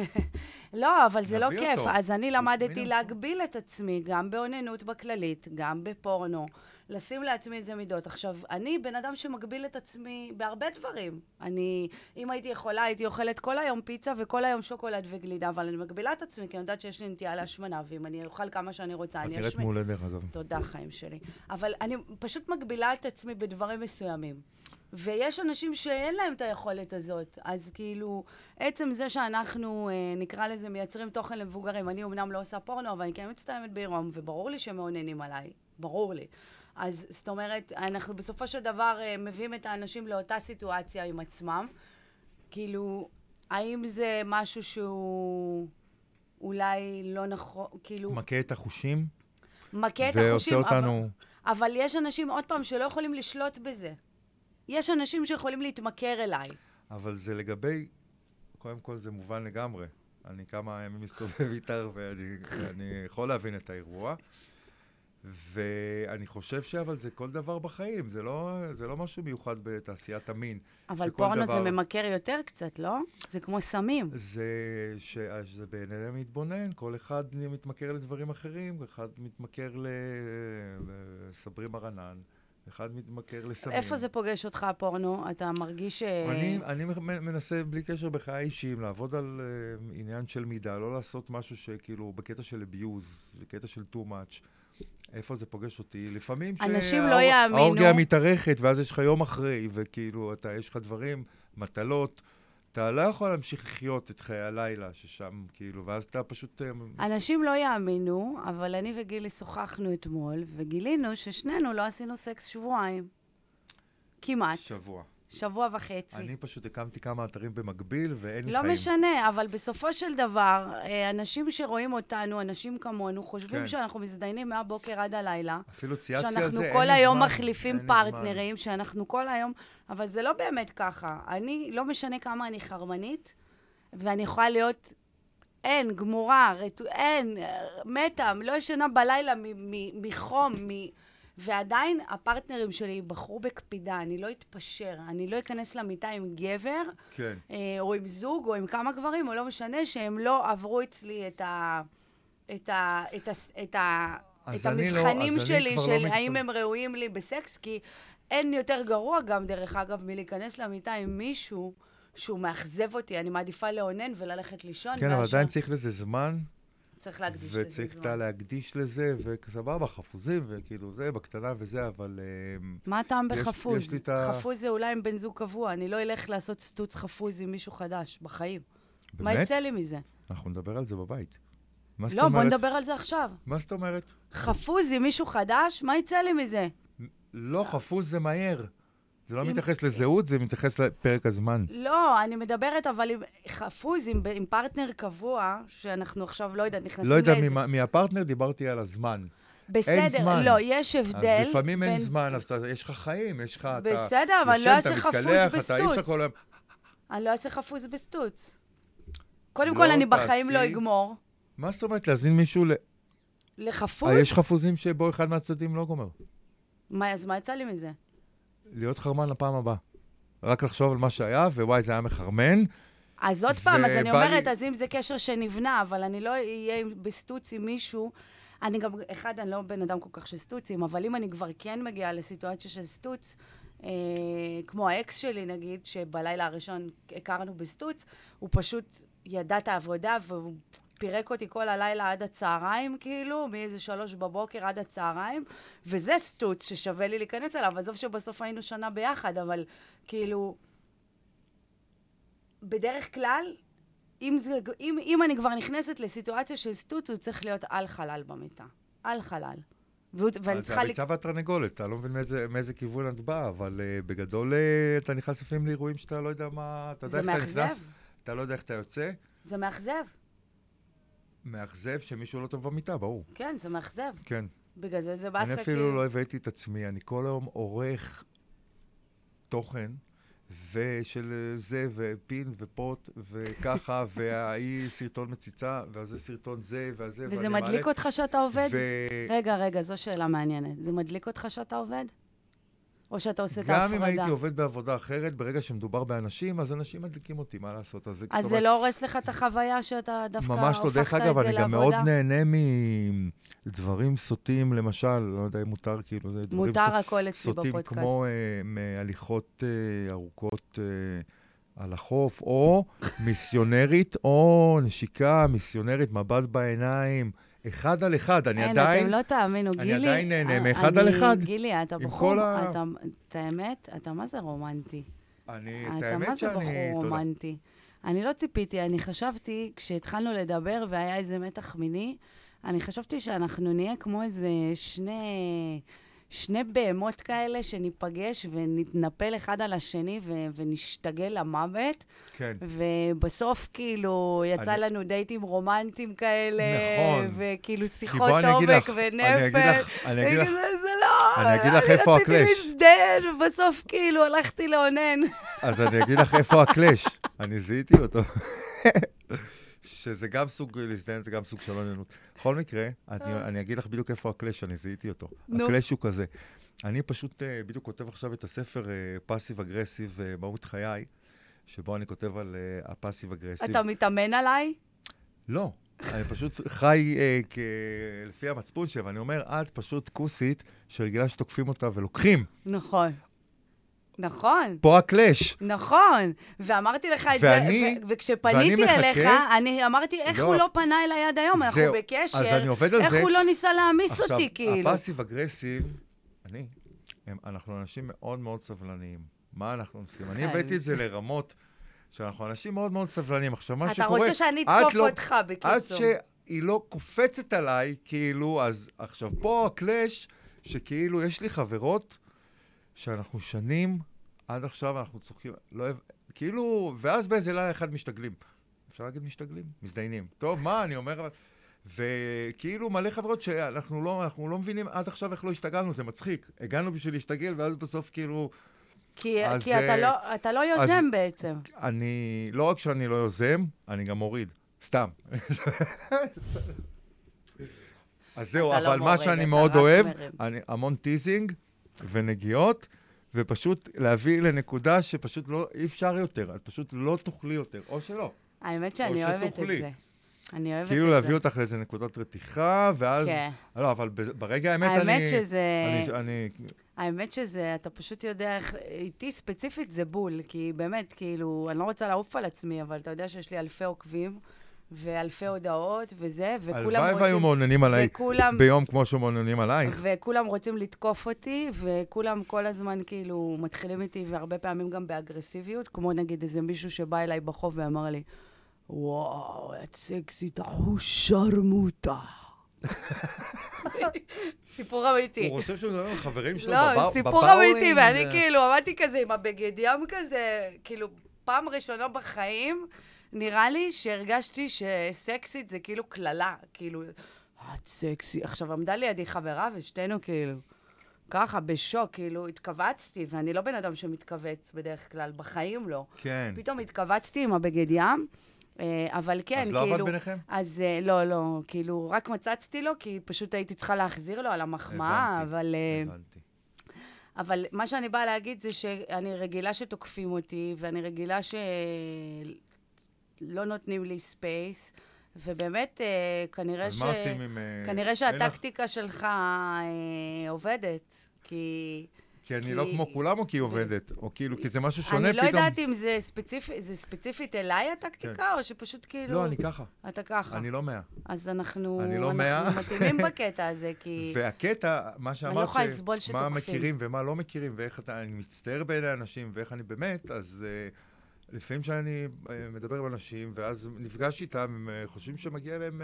לא, אבל זה לא כיף. אותו. אז אני למדתי להגביל את עצמי, גם באוננות בכללית, גם בפורנו, לשים לעצמי איזה מידות. עכשיו, אני בן אדם שמגביל את עצמי בהרבה דברים. אני, אם הייתי יכולה, הייתי אוכלת כל היום פיצה וכל היום שוקולד וגלידה, אבל אני מגבילה את עצמי, כי אני יודעת שיש לי נטייה להשמנה, ואם אני אוכל כמה שאני רוצה, אני אשמין. את נראית מעולה דרך אגב. תודה, חיים שלי. אבל אני פשוט מגבילה את עצמי בדברים מסוימים. ויש אנשים שאין להם את היכולת הזאת, אז כאילו, עצם זה שאנחנו, אה, נקרא לזה, מייצרים תוכן למבוגרים, אני אמנם לא עושה פורנו, אבל אני כן מצטיימת בעירום, וברור לי שמעוננים עליי, ברור לי. אז זאת אומרת, אנחנו בסופו של דבר אה, מביאים את האנשים לאותה סיטואציה עם עצמם, כאילו, האם זה משהו שהוא אולי לא נכון, כאילו... מכה את החושים? מכה את החושים, ועושה אותנו... אבל, אבל יש אנשים, עוד פעם, שלא יכולים לשלוט בזה. יש אנשים שיכולים להתמכר אליי. אבל זה לגבי, קודם כל זה מובן לגמרי. אני כמה ימים מסתובב איתר ואני יכול להבין את האירוע. ואני חושב שאבל זה כל דבר בחיים, זה לא, זה לא משהו מיוחד בתעשיית המין. אבל פורנו דבר... זה ממכר יותר קצת, לא? זה כמו סמים. זה, ש... זה בעיני מתבונן, כל אחד מתמכר לדברים אחרים, אחד מתמכר לסברי מרנן. אחד מתמכר לסמים. איפה זה פוגש אותך, הפורנו? אתה מרגיש ש... אני, אני מנסה בלי קשר בחיי אישיים, לעבוד על uh, עניין של מידה, לא לעשות משהו שכאילו בקטע של abuse, בקטע של too much. איפה זה פוגש אותי? לפעמים אנשים לא יאמינו. שהאורגיה מתארכת, ואז יש לך יום אחרי, וכאילו, אתה, יש לך דברים, מטלות, אתה לא יכול להמשיך לחיות את חיי הלילה ששם, כאילו, ואז אתה פשוט... אנשים לא יאמינו, אבל אני וגילי שוחחנו אתמול, וגילינו ששנינו לא עשינו סקס שבועיים. כמעט. שבוע. שבוע וחצי. אני פשוט הקמתי כמה אתרים במקביל, ואין לי לא חיים. משנה, אבל בסופו של דבר, אנשים שרואים אותנו, אנשים כמונו, חושבים כן. שאנחנו מזדיינים מהבוקר עד הלילה. אפילו צייצתי על זה, שאנחנו אין כל לי היום זמן, מחליפים אין לי פרטנרים, שאנחנו כל היום... אבל זה לא באמת ככה. אני, לא משנה כמה אני חרמנית, ואני יכולה להיות... אין, גמורה, רטו, אין, מתה, לא ישנה בלילה מ- מ- מחום, מ... ועדיין הפרטנרים שלי בחרו בקפידה, אני לא אתפשר, אני לא אכנס למיטה עם גבר, כן. אה, או עם זוג, או עם כמה גברים, או לא משנה, שהם לא עברו אצלי את ה... את ה... את ה... את ה... את המבחנים לא, שלי, של של לא האם הם ראויים לי בסקס, כי אין יותר גרוע גם, דרך אגב, מלהיכנס למיטה עם מישהו שהוא מאכזב אותי, אני מעדיפה לאונן וללכת לישון. כן, אבל עדיין צריך לזה זמן. צריך להקדיש לזה זמן. וצריך להקדיש לזה, וסבבה, חפוזים, וכאילו זה, בקטנה וזה, אבל... מה הטעם יש- בחפוז? יש לי את ה- חפוז זה אולי עם בן זוג קבוע, אני לא אלך לעשות סטוץ חפוז עם מישהו חדש, בחיים. מה באמת? יצא לי מזה? אנחנו נדבר על זה בבית. מה זאת לא, בוא אומרת? נדבר על זה עכשיו. מה זאת אומרת? חפוז עם מישהו חדש? מה יצא לי מזה? לא, חפוז זה מהר. זה לא אם- מתייחס לזהות, זה מתייחס לפרק הזמן. לא, אני מדברת אבל עם חפוז, עם, עם פרטנר קבוע, שאנחנו עכשיו, לא יודעת, נכנסים לא יודע, לאיזה... ממה- מהפרטנר דיברתי על הזמן. בסדר, זמן. לא, יש הבדל. אז לפעמים אין בין- זמן, אז אתה- יש לך חיים, יש לך... אתה בסדר, אבל ישן, לא אתה אעשה חפוז מתקלח, אתה אי אפשר בסטוץ. כל היום- אני לא אעשה חפוז בסטוץ. קודם לא כל, אני בחיים לא תעשי. אגמור. מה זאת אומרת? להזמין מישהו ל... לחפוז? אה, יש חפוזים שבו אחד מהצדדים לא גומר. מה, אז מה יצא לי מזה? להיות חרמן לפעם הבאה. רק לחשוב על מה שהיה, ווואי, זה היה מחרמן. אז עוד פעם, אז אני ובא אומרת, לי- אז אם זה קשר שנבנה, אבל אני לא אהיה בסטוץ עם מישהו, אני גם, אחד, אני לא בן אדם כל כך של סטוצים, אבל אם אני כבר כן מגיעה לסיטואציה של סטוץ, אה, כמו האקס שלי נגיד, שבלילה הראשון הכרנו בסטוץ, הוא פשוט ידע את העבודה, והוא פירק אותי כל הלילה עד הצהריים, כאילו, מאיזה שלוש בבוקר עד הצהריים, וזה סטוץ ששווה לי להיכנס אליו, עזוב שבסוף היינו שנה ביחד, אבל כאילו... בדרך כלל, אם, זה, אם, אם אני כבר נכנסת לסיטואציה של סטוץ, הוא צריך להיות על חלל במיטה. על חלל. והוא, ואני אז זה צריכה... הביצה והתרנגולת, אתה לא מבין מאיזה, מאיזה כיוון את באה, אבל uh, בגדול uh, אתה נכנס לפעמים לאירועים שאתה לא יודע מה... אתה יודע זה איך אתה מאכזב. נכנס, אתה לא יודע איך אתה יוצא. זה מאכזב. מאכזב שמישהו לא טוב במיטה, ברור. כן, זה מאכזב. כן. בגלל זה זה אני באסה אפילו לא הבאתי את עצמי, אני כל היום עורך תוכן, ושל זה, ופין, ופוט, וככה, והאי סרטון מציצה, וזה סרטון זה, וזה, וזה מדליק אותך שאתה עובד? ו... רגע, רגע, זו שאלה מעניינת. זה מדליק אותך שאתה עובד? או שאתה עושה את ההפרדה? גם אם הייתי עובד בעבודה אחרת, ברגע שמדובר באנשים, אז אנשים מדליקים אותי, מה לעשות? אז, אז זה לא הורס לך את החוויה שאתה דווקא ממש לא, דרך הופכת את אגב, זה אני גם מאוד לעבודה? נהנה מדברים סוטים, למשל, לא יודע אם מותר, כאילו, זה דברים מותר הכל אצלי סוטים, בפודקאסט. כמו אה, מהליכות אה, ארוכות אה, על החוף, או מיסיונרית, או נשיקה, מיסיונרית, מבט בעיניים, אחד על אחד, אני אין, עדיין... אתם לא תאמינו, אני גילי... עדיין נהנה אני- מאחד על אחד. גילי, אתה עם בחור, כל ה- אתה, את האמת, אתה מה זה רומנטי? אני, את אתה מה האמת זה שאני... בחור תודה. רומנטי? אני לא ציפיתי, אני חשבתי, כשהתחלנו לדבר והיה איזה מתח מיני, אני חשבתי שאנחנו נהיה כמו איזה שני, שני בהמות כאלה שניפגש ונתנפל אחד על השני ו- ונשתגל למוות, כן. ובסוף כאילו יצא אני- לנו דייטים רומנטיים כאלה, נכון. וכאילו כי שיחות בוא אני אגיד עומק לך, אני אגיד ונפש. לך, אני אגיד לך, זה, זה לא, אני אגיד לך איפה רציתי הקלאש. להזדיין, ובסוף כאילו הלכתי לאונן. אז אני אגיד לך איפה הקלאש. אני זיהיתי אותו. שזה גם סוג להזדיין, זה גם סוג של עוננות. בכל מקרה, אני, אני אגיד לך בדיוק איפה הקלאש, אני זיהיתי אותו. נו. הקלאש הוא כזה. אני פשוט אה, בדיוק כותב עכשיו את הספר פאסיב אגרסיב, מהות חיי, שבו אני כותב על אה, הפאסיב אגרסיב. אתה מתאמן עליי? לא, אני פשוט חי אה, כ... לפי המצפון שלי, ואני אומר, את פשוט כוסית שרגילה שתוקפים אותה ולוקחים. נכון. נכון. פה הקלאש. נכון. ואמרתי לך את ואני- זה, ו- וכשפניתי ואני אליך, מחכה- אני אמרתי, איך לא. הוא לא פנה אליי עד היום? אנחנו זהו. בקשר. אז אני עובד על איך זה. הוא לא ניסה להעמיס אותי, עכשיו, כאילו? הפאסיב אגרסיב, אני, הם, אנחנו אנשים מאוד מאוד סבלניים. מה אנחנו עושים? אני כן. הבאתי את זה לרמות שאנחנו אנשים מאוד מאוד סבלניים. עכשיו, מה אתה שקורה... רוצה שאני את אתקוף לא- אותך, עד בקיצור. שהיא לא קופצת עליי, כאילו, אז עכשיו פה הקלאש, שכאילו יש לי חברות שאנחנו שנים עד עכשיו אנחנו צוחקים, לא, כאילו, ואז באיזה לילה אחד משתגלים. אפשר להגיד משתגלים? מזדיינים. טוב, מה, אני אומר, וכאילו מלא חברות שאנחנו לא, אנחנו לא מבינים עד עכשיו איך לא השתגלנו, זה מצחיק. הגענו בשביל להשתגל, ואז בסוף כאילו... כי, אז, כי אתה, לא, אתה לא יוזם אז, בעצם. אני, לא רק שאני לא יוזם, אני גם מוריד. סתם. אז זהו, אבל לא מה מוריד, שאני מאוד אוהב, אני, המון טיזינג ונגיעות, ופשוט להביא לנקודה שפשוט לא, אי אפשר יותר, את פשוט לא תוכלי יותר, או שלא. האמת שאני אוהבת את זה. אני אוהבת את זה. כאילו להביא אותך לאיזה נקודת רתיחה, ואז... כן. לא, אבל ברגע האמת אני... האמת שזה... אני... האמת שזה, אתה פשוט יודע איך... איתי ספציפית זה בול, כי באמת, כאילו, אני לא רוצה לעוף על עצמי, אבל אתה יודע שיש לי אלפי עוקבים, ואלפי הודעות, וזה, וכולם רוצים... הלוואי והיו מעוננים עליי ביום כמו שמעוננים עלייך. וכולם רוצים לתקוף אותי, וכולם כל הזמן כאילו מתחילים איתי, והרבה פעמים גם באגרסיביות, כמו נגיד איזה מישהו שבא אליי בחוף ואמר לי, וואו, את סקסית, הוא שרמוטה. סיפור אמיתי. הוא חושב שהוא מדבר על חברים שלו בבאורינג. לא, סיפור אמיתי, ואני כאילו עמדתי כזה עם הבגד ים כזה, כאילו פעם ראשונה בחיים, נראה לי שהרגשתי שסקסית זה כאילו כללה, כאילו, את סקסי. עכשיו עמדה לידי חברה ושתינו כאילו, ככה, בשוק, כאילו, התכווצתי, ואני לא בן אדם שמתכווץ בדרך כלל, בחיים לא. כן. פתאום התכווצתי עם הבגד ים, אבל כן, אז כאילו... אז לא עבד ביניכם? אז לא, לא, כאילו, רק מצצתי לו, כי פשוט הייתי צריכה להחזיר לו על המחמאה, אבל... הבנתי. אבל מה שאני באה להגיד זה שאני רגילה שתוקפים אותי, ואני רגילה שלא נותנים לי ספייס, ובאמת, כנראה ש... אז מה עושים עם... כנראה שהטקטיקה שלך עובדת, כי... כי אני לא כמו כולם, או כי היא עובדת? או כאילו, כי זה משהו שונה פתאום? אני לא יודעת אם זה ספציפית אליי הטקטיקה, או שפשוט כאילו... לא, אני ככה. אתה ככה. אני לא מאה. אז אנחנו מאה. מתאימים בקטע הזה, כי... והקטע, מה שאמרת, מה מכירים ומה לא מכירים, ואיך אני מצטער בעיני אנשים, ואיך אני באמת, אז לפעמים שאני מדבר עם אנשים, ואז נפגש איתם, הם חושבים שמגיע להם...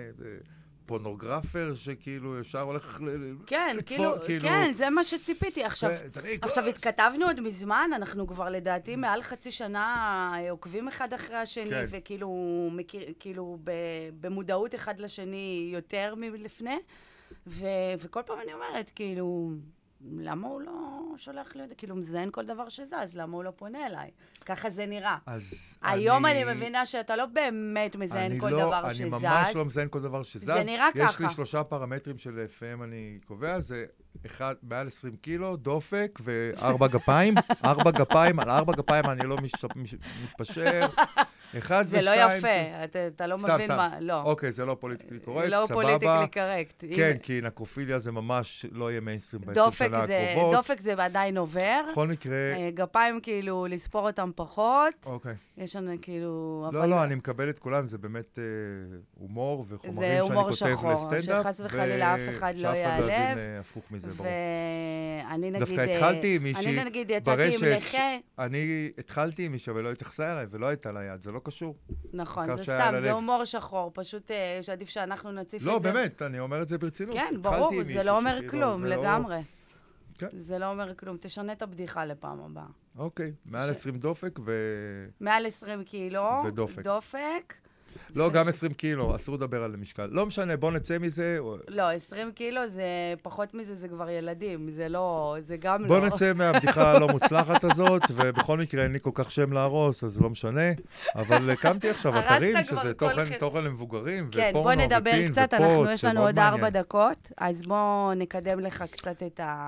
פורנוגרפר שכאילו ישר הולך כן, כאילו, כן, זה מה שציפיתי. עכשיו, עכשיו התכתבנו עוד מזמן, אנחנו כבר לדעתי מעל חצי שנה עוקבים אחד אחרי השני, וכאילו, כאילו, במודעות אחד לשני יותר מלפני, וכל פעם אני אומרת, כאילו, למה הוא לא שולח לי, כאילו, מזיין כל דבר שזז, למה הוא לא פונה אליי? ככה זה נראה. היום אני מבינה שאתה לא באמת מזיין כל דבר שזז. אני ממש לא מזיין כל דבר שזז. זה נראה ככה. יש לי שלושה פרמטרים שלפעמים אני קובע, זה אחד, מעל עשרים קילו, דופק וארבע גפיים. ארבע גפיים, על ארבע גפיים אני לא מתפשר. אחד זה לא יפה, אתה לא מבין מה, לא. אוקיי, זה לא פוליטיקלי קורקט, לא פוליטיקלי קורקט. כן, כי נקרופיליה זה ממש לא יהיה מיינסטרים בעשרים שנה הקרובות. דופק זה עדיין עובר. בכל מקרה... גפיים כאילו, לספור אותם פחות. אוקיי. יש לנו כאילו... לא, לא, אני מקבל את כולם, זה באמת הומור וחומרים שאני כותב לסטנדאפ. זה הומור שחור, שחס וחלילה אף אחד לא יעלב. שאף אחד לא יבין הפוך מזה, ברור. ואני נגיד... דווקא התחלתי עם מישהי אני נגיד יצאתי עם נכה. אני התחלתי עם מישהו ולא התייחסה אליי ולא הייתה לה יד, זה לא קשור. נכון, זה סתם, זה הומור שחור, פשוט שעדיף שאנחנו נציף את זה. לא, באמת, אני אומר את זה ברצינות. כן, ברור, זה לא אומר כלום, לגמרי. זה לא אומר כלום, תשנה את הבדיחה לפעם הבאה. אוקיי, מעל עשרים דופק ו... מעל עשרים קילו, דופק. לא, גם עשרים קילו, אסור לדבר על המשקל. לא משנה, בוא נצא מזה. לא, עשרים קילו זה, פחות מזה זה כבר ילדים, זה לא, זה גם לא. בוא נצא מהבדיחה הלא מוצלחת הזאת, ובכל מקרה אין לי כל כך שם להרוס, אז לא משנה. אבל הקמתי עכשיו אתרים, שזה תוכן למבוגרים, כן, בוא נדבר קצת, אנחנו, יש לנו עוד ארבע דקות, אז בוא נקדם לך קצת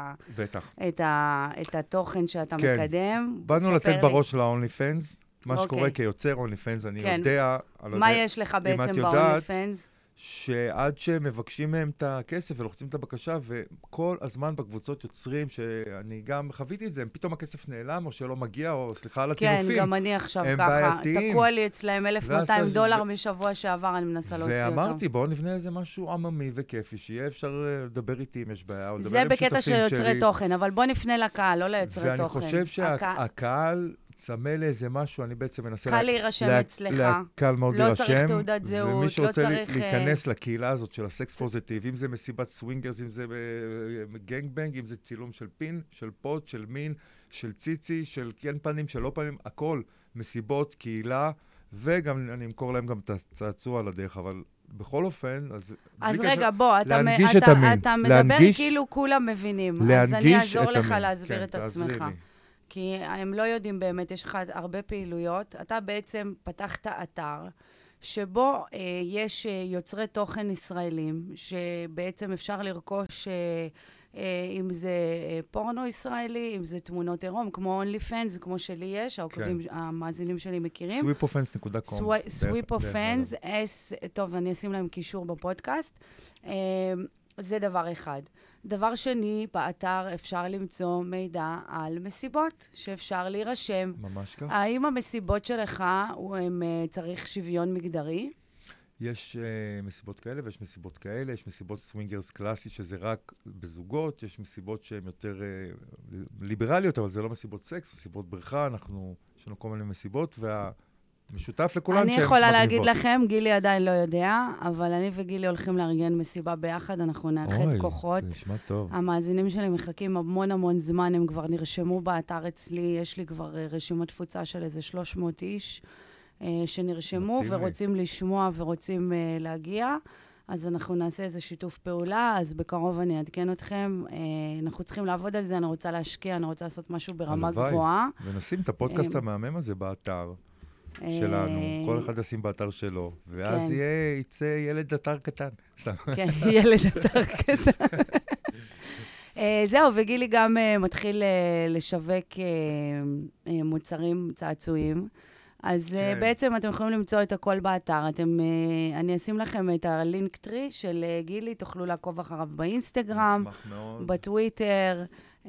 את התוכן שאתה מקדם. באנו לתת בראש לאונלי פנס. מה שקורה כיוצר אונלי פנס, אני יודע... מה יש לך בעצם באונלי פנס? שעד שמבקשים מהם את הכסף ולוחצים את הבקשה, וכל הזמן בקבוצות יוצרים, שאני גם חוויתי את זה, פתאום הכסף נעלם, או שלא מגיע, או סליחה על הטינופים. כן, גם אני עכשיו ככה. תקוע לי אצלהם אלף ומאתיים דולר משבוע שעבר, אני מנסה להוציא אותו. ואמרתי, בואו נבנה איזה משהו עממי וכיפי, שיהיה אפשר לדבר איתי אם יש בעיה, או לדבר זה בקטע של יוצרי תוכן, אבל בוא נפנה לקהל, לא ליוצרי תוכן. ואני חושב שהקהל... צמא לאיזה משהו, אני בעצם מנסה... קל להירשם אצלך. קל מאוד להירשם. לא צריך תעודת זהות, ומי שרוצה לא צריך... להיכנס לקהילה הזאת של הסקס פוזיטיב, אם זה מסיבת סווינגרס, אם זה גנגבנג, אם זה צילום של פין, של פוט, של מין, של ציצי, של כן פנים, של לא פנים, הכל. מסיבות, קהילה, וגם אני אמכור להם גם את הצעצוע על הדרך, אבל בכל אופן, אז... אז רגע, בוא, אתה, להנגיש אתה, את המין. אתה מדבר להנגיש, כאילו כולם מבינים. להנגיש אז אני אעזור את לך המין. להסביר כן, את עצמך. לי. כי הם לא יודעים באמת, יש לך הרבה פעילויות. אתה בעצם פתחת אתר, שבו אה, יש אה, יוצרי תוכן ישראלים, שבעצם אפשר לרכוש... אה, אם זה פורנו ישראלי, אם זה תמונות עירום, כמו OnlyFans, כמו שלי יש, העוקבים, המאזינים שלי מכירים. סוויפ-אופנס נקודה קום. סוויפ-אופנס, טוב, אני אשים להם קישור בפודקאסט. זה דבר אחד. דבר שני, באתר אפשר למצוא מידע על מסיבות, שאפשר להירשם. ממש כך. האם המסיבות שלך, הם צריך שוויון מגדרי? יש uh, מסיבות כאלה ויש מסיבות כאלה, יש מסיבות סווינגרס קלאסי שזה רק בזוגות, יש מסיבות שהן יותר uh, ליברליות, אבל זה לא מסיבות סקס, מסיבות בריכה, אנחנו, יש לנו כל מיני מסיבות, והמשותף לכולן שהן מגניבות. אני יכולה להגיד לכם, גילי עדיין לא יודע, אבל אני וגילי הולכים לארגן מסיבה ביחד, אנחנו נאחד כוחות. זה נשמע טוב. המאזינים שלי מחכים המון המון זמן, הם כבר נרשמו באתר אצלי, יש לי כבר רשימת תפוצה של איזה שלוש מאות איש, שנרשמו ורוצים לשמוע ורוצים uh, להגיע, אז אנחנו נעשה איזה שיתוף פעולה, אז בקרוב אני אעדכן אתכם. Uh, אנחנו צריכים לעבוד על זה, אני רוצה להשקיע, אני רוצה לעשות משהו ברמה הלוואי. גבוהה. ונשים את הפודקאסט uh, המהמם הזה באתר uh, שלנו, כל אחד ישים באתר שלו, ואז כן. יהיה, יצא ילד אתר קטן. סתם. כן, ילד אתר קטן. uh, זהו, וגילי גם uh, מתחיל uh, לשווק uh, uh, מוצרים צעצועים. אז כן. uh, בעצם אתם יכולים למצוא את הכל באתר. אתם, uh, אני אשים לכם את הלינק טרי של uh, גילי, תוכלו לעקוב אחריו באינסטגרם, בטוויטר, uh,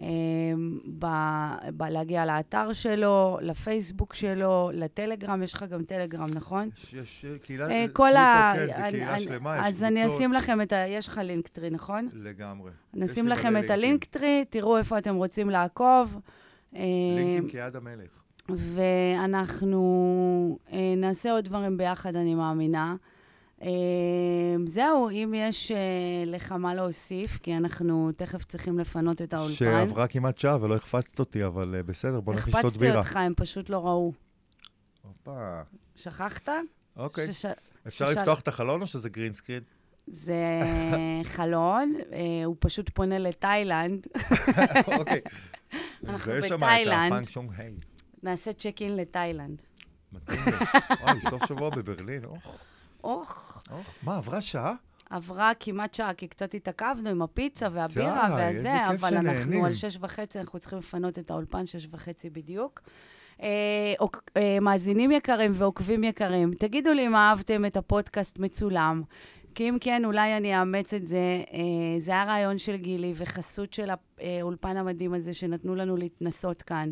ב- ב- להגיע לאתר שלו, לפייסבוק שלו, לטלגרם, יש לך גם טלגרם, נכון? יש, יש קהילה, uh, כל ה... כן, זה קהילה אני, שלמה, אז אני אשים לכם את ה... יש לך לינק טרי, נכון? לגמרי. נשים לכם את הלינק טרי, תראו איפה אתם רוצים לעקוב. לינקים כיד המלך. ואנחנו אה, נעשה עוד דברים ביחד, אני מאמינה. אה, זהו, אם יש אה, לך מה להוסיף, כי אנחנו תכף צריכים לפנות את האולפן. שעברה כמעט שעה ולא החפצת אותי, אבל אה, בסדר, בוא נכניס עוד בירה. החפצתי אותך, הם פשוט לא ראו. אופה. שכחת? אוקיי. שש... אפשר שש... לפתוח את החלון או שזה גרין סקרין? זה חלון, אה, הוא פשוט פונה לתאילנד. אוקיי. אנחנו בתאילנד. זה שם את הפנקשונג, היי. נעשה צ'ק אין לתאילנד. מתאים לי. אוי, סוף שבוע בברלין, אוח. אוח. מה, עברה שעה? עברה כמעט שעה, כי קצת התעכבנו עם הפיצה והבירה והזה, אבל אנחנו על שש וחצי, אנחנו צריכים לפנות את האולפן, שש וחצי בדיוק. מאזינים יקרים ועוקבים יקרים, תגידו לי אם אהבתם את הפודקאסט מצולם, כי אם כן, אולי אני אאמץ את זה. זה היה רעיון של גילי וחסות של האולפן המדהים הזה שנתנו לנו להתנסות כאן.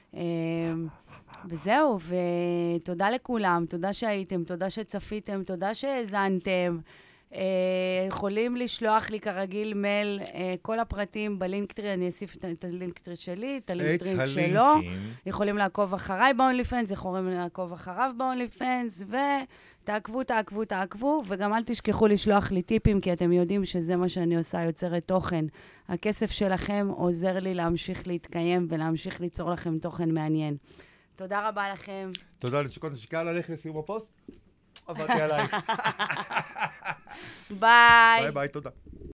וזהו, ותודה לכולם, תודה שהייתם, תודה שצפיתם, תודה שהאזנתם. יכולים לשלוח לי כרגיל מייל, כל הפרטים בלינקטרי, אני אוסיף את הלינקטרי שלי, את הלינקטרי שלו. יכולים לעקוב אחריי ב-OnlyFans, יכולים לעקוב אחריו ב-OnlyFans, ותעקבו, תעקבו, תעקבו, וגם אל תשכחו לשלוח לי טיפים, כי אתם יודעים שזה מה שאני עושה, יוצרת תוכן. הכסף שלכם עוזר לי להמשיך להתקיים ולהמשיך ליצור לכם תוכן מעניין. תודה רבה לכם. תודה לשקות נשיקה, ללכת לסיום הפוסט. עבדתי עלייך. ביי. ביי ביי, תודה.